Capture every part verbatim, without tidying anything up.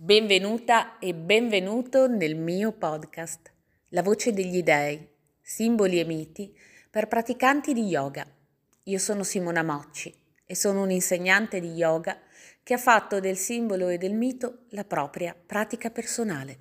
Benvenuta e benvenuto nel mio podcast, La voce degli dei, simboli e miti per praticanti di yoga. Io sono Simona Mocci e sono un'insegnante di yoga che ha fatto del simbolo e del mito la propria pratica personale.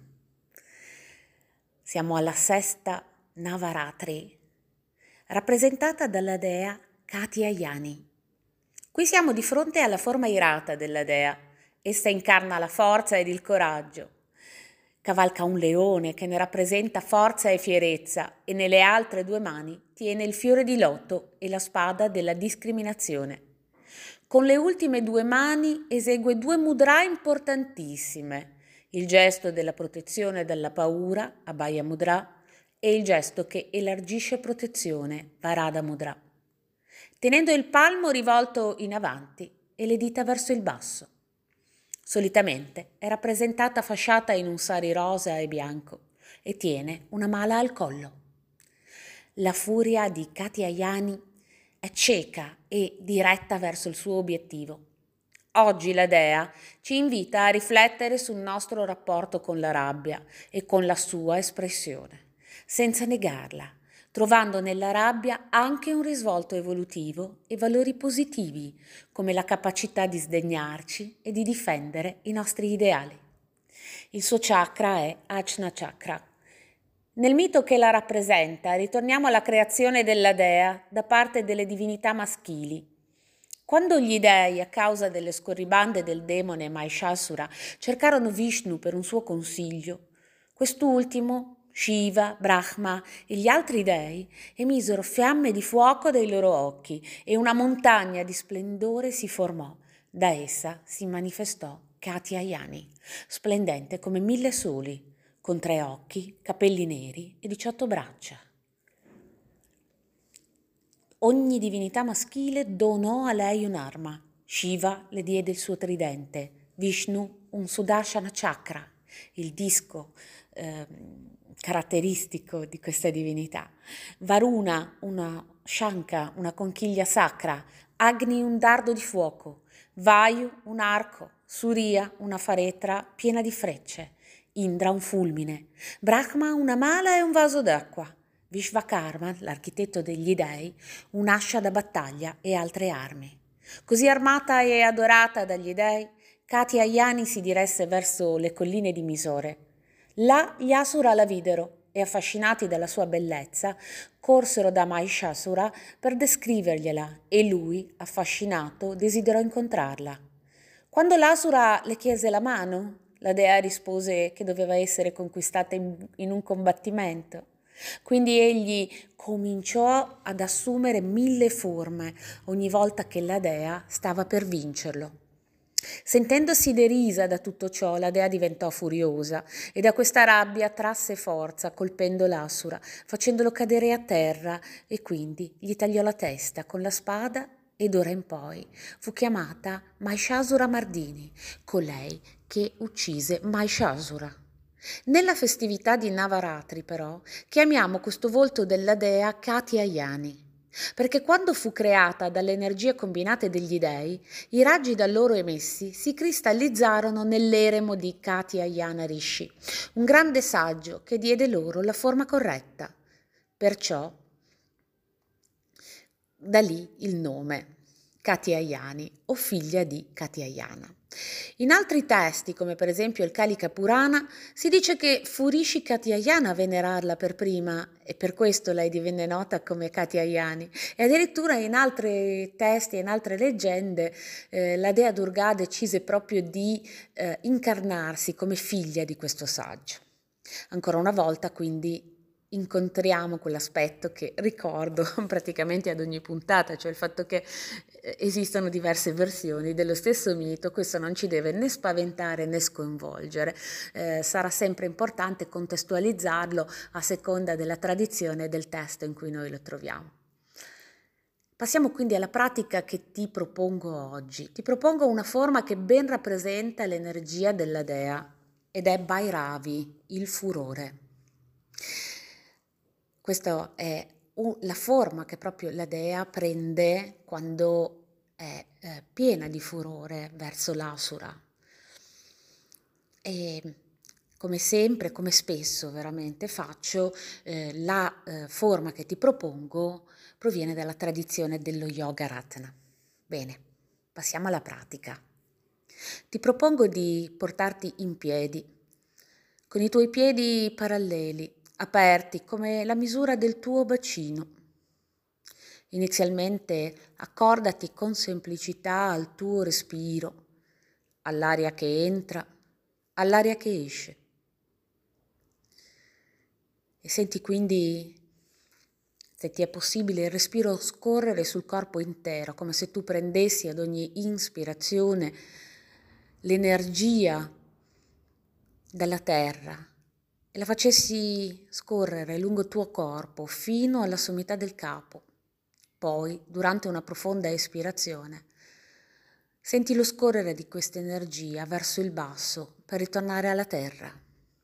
Siamo alla sesta Navaratri, rappresentata dalla dea Katyayani. Qui siamo di fronte alla forma irata della dea. Essa incarna la forza ed il coraggio. Cavalca un leone che ne rappresenta forza e fierezza e nelle altre due mani tiene il fiore di loto e la spada della discriminazione. Con le ultime due mani esegue due mudra importantissime, il gesto della protezione dalla paura, Abhaya Mudra, e il gesto che elargisce protezione, Varada Mudra, tenendo il palmo rivolto in avanti e le dita verso il basso. Solitamente è rappresentata fasciata in un sari rosa e bianco e tiene una mala al collo. La furia di Katyayani è cieca e diretta verso il suo obiettivo. Oggi la dea ci invita a riflettere sul nostro rapporto con la rabbia e con la sua espressione, senza negarla, trovando nella rabbia anche un risvolto evolutivo e valori positivi, come la capacità di sdegnarci e di difendere i nostri ideali. Il suo chakra è Ajna Chakra. Nel mito che la rappresenta, ritorniamo alla creazione della dea da parte delle divinità maschili. Quando gli dei, a causa delle scorribande del demone Mahishasura, cercarono Vishnu per un suo consiglio, quest'ultimo, Shiva, Brahma e gli altri dei emisero fiamme di fuoco dai loro occhi e una montagna di splendore si formò. Da essa si manifestò Katyayani, splendente come mille soli, con tre occhi, capelli neri e diciotto braccia. Ogni divinità maschile donò a lei un'arma. Shiva le diede il suo tridente, Vishnu un Sudarshana Chakra, il disco eh, caratteristico di questa divinità, Varuna una Shankha, una conchiglia sacra, Agni un dardo di fuoco, Vayu un arco, Surya una faretra piena di frecce, Indra un fulmine, Brahma una mala e un vaso d'acqua, Vishvakarma, l'architetto degli dei, un'ascia da battaglia e altre armi. Così armata e adorata dagli dei, Katyayani si diresse verso le colline di Misore. Là gli Asura la videro e, affascinati dalla sua bellezza, corsero da Mahishasura per descrivergliela e lui, affascinato, desiderò incontrarla. Quando l'Asura le chiese la mano, la dea rispose che doveva essere conquistata in, in un combattimento. Quindi egli cominciò ad assumere mille forme ogni volta che la dea stava per vincerlo. Sentendosi derisa da tutto ciò, la dea diventò furiosa e da questa rabbia trasse forza colpendo l'Asura, facendolo cadere a terra e quindi gli tagliò la testa con la spada e d'ora in poi fu chiamata Mahishasura Mardini, colei che uccise Mahishasura. Nella festività di Navaratri, però, chiamiamo questo volto della dea Katyayani, perché quando fu creata dalle energie combinate degli dei, i raggi da loro emessi si cristallizzarono nell'eremo di Katyayana Rishi, un grande saggio che diede loro la forma corretta. Perciò, da lì il nome, Katyayani o figlia di Katyayana. In altri testi, come per esempio il Kalika Purana, si dice che fu Rishi Katyayana a venerarla per prima e per questo lei divenne nota come Katyayani. E addirittura in altri testi e in altre leggende eh, la dea Durga decise proprio di eh, incarnarsi come figlia di questo saggio. Ancora una volta, quindi, incontriamo quell'aspetto che ricordo praticamente ad ogni puntata, cioè il fatto che esistono diverse versioni dello stesso mito. Questo non ci deve né spaventare né sconvolgere, eh, sarà sempre importante contestualizzarlo a seconda della tradizione e del testo in cui noi lo troviamo. Passiamo quindi alla pratica che ti propongo oggi. Ti propongo una forma che ben rappresenta l'energia della dea ed è Bhairavi, il furore. Questa è la forma che proprio la dea prende quando è eh, piena di furore verso l'Asura. E come sempre, come spesso veramente faccio, eh, la eh, forma che ti propongo proviene dalla tradizione dello Yoga Ratna. Bene, passiamo alla pratica. Ti propongo di portarti in piedi, con i tuoi piedi paralleli, aperti come la misura del tuo bacino. Inizialmente accordati con semplicità al tuo respiro, all'aria che entra, all'aria che esce. E senti quindi, se ti è possibile, il respiro scorrere sul corpo intero, come se tu prendessi ad ogni ispirazione l'energia dalla terra e la facessi scorrere lungo il tuo corpo fino alla sommità del capo. Poi, durante una profonda espirazione, senti lo scorrere di questa energia verso il basso per ritornare alla terra.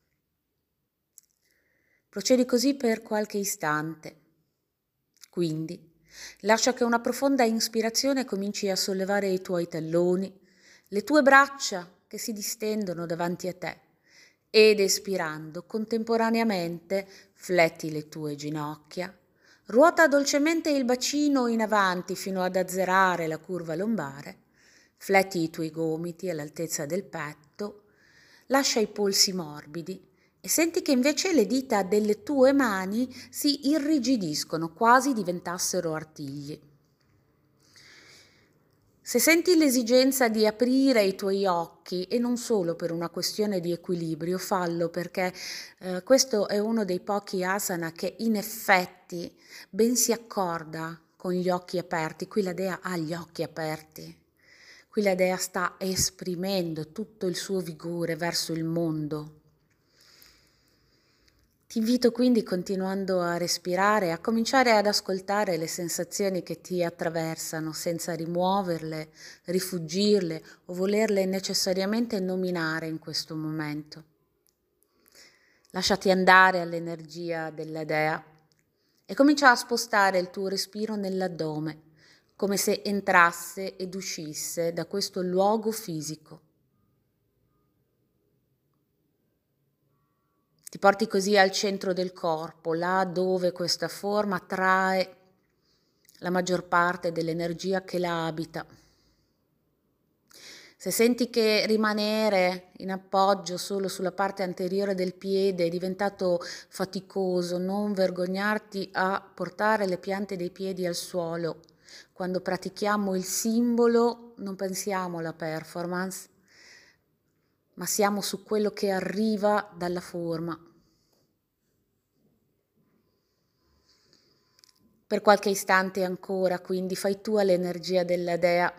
Procedi così per qualche istante. Quindi, lascia che una profonda ispirazione cominci a sollevare i tuoi talloni, le tue braccia che si distendono davanti a te, ed espirando contemporaneamente fletti le tue ginocchia, ruota dolcemente il bacino in avanti fino ad azzerare la curva lombare, fletti i tuoi gomiti all'altezza del petto, lascia i polsi morbidi e senti che invece le dita delle tue mani si irrigidiscono, quasi diventassero artigli. Se senti l'esigenza di aprire i tuoi occhi, e non solo per una questione di equilibrio, fallo, perché eh, questo è uno dei pochi asana che in effetti ben si accorda con gli occhi aperti. Qui la dea ha gli occhi aperti, qui la dea sta esprimendo tutto il suo vigore verso il mondo. Ti invito quindi, continuando a respirare, a cominciare ad ascoltare le sensazioni che ti attraversano senza rimuoverle, rifuggirle o volerle necessariamente nominare in questo momento. Lasciati andare all'energia della dea e comincia a spostare il tuo respiro nell'addome, come se entrasse ed uscisse da questo luogo fisico. Ti porti così al centro del corpo, là dove questa forma trae la maggior parte dell'energia che la abita. Se senti che rimanere in appoggio solo sulla parte anteriore del piede è diventato faticoso, non vergognarti a portare le piante dei piedi al suolo. Quando pratichiamo il simbolo non pensiamo alla performance, ma siamo su quello che arriva dalla forma. Per qualche istante ancora, quindi, fai tua l'energia della dea,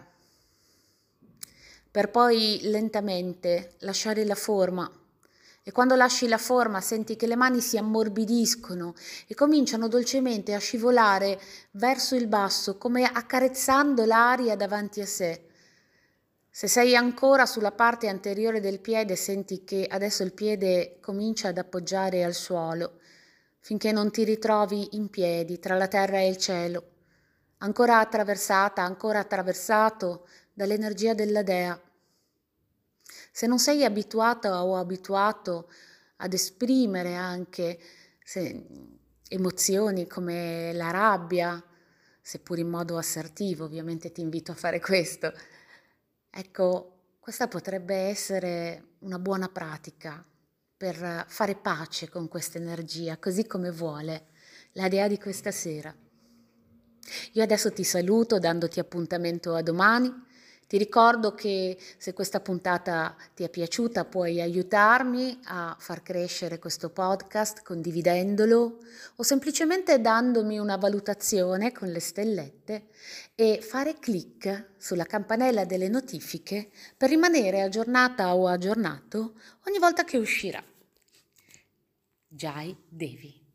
per poi lentamente lasciare la forma. E quando lasci la forma senti che le mani si ammorbidiscono e cominciano dolcemente a scivolare verso il basso, come accarezzando l'aria davanti a sé. Se sei ancora sulla parte anteriore del piede, senti che adesso il piede comincia ad appoggiare al suolo, finché non ti ritrovi in piedi tra la terra e il cielo, ancora attraversata, ancora attraversato dall'energia della dea. Se non sei abituata o abituato ad esprimere anche se, emozioni come la rabbia, seppur in modo assertivo, ovviamente ti invito a fare questo, ecco, questa potrebbe essere una buona pratica per fare pace con questa energia, così come vuole la dea di questa sera. Io adesso ti saluto dandoti appuntamento a domani. Ti ricordo che se questa puntata ti è piaciuta puoi aiutarmi a far crescere questo podcast condividendolo o semplicemente dandomi una valutazione con le stellette e fare clic sulla campanella delle notifiche per rimanere aggiornata o aggiornato ogni volta che uscirà. Jai Devi.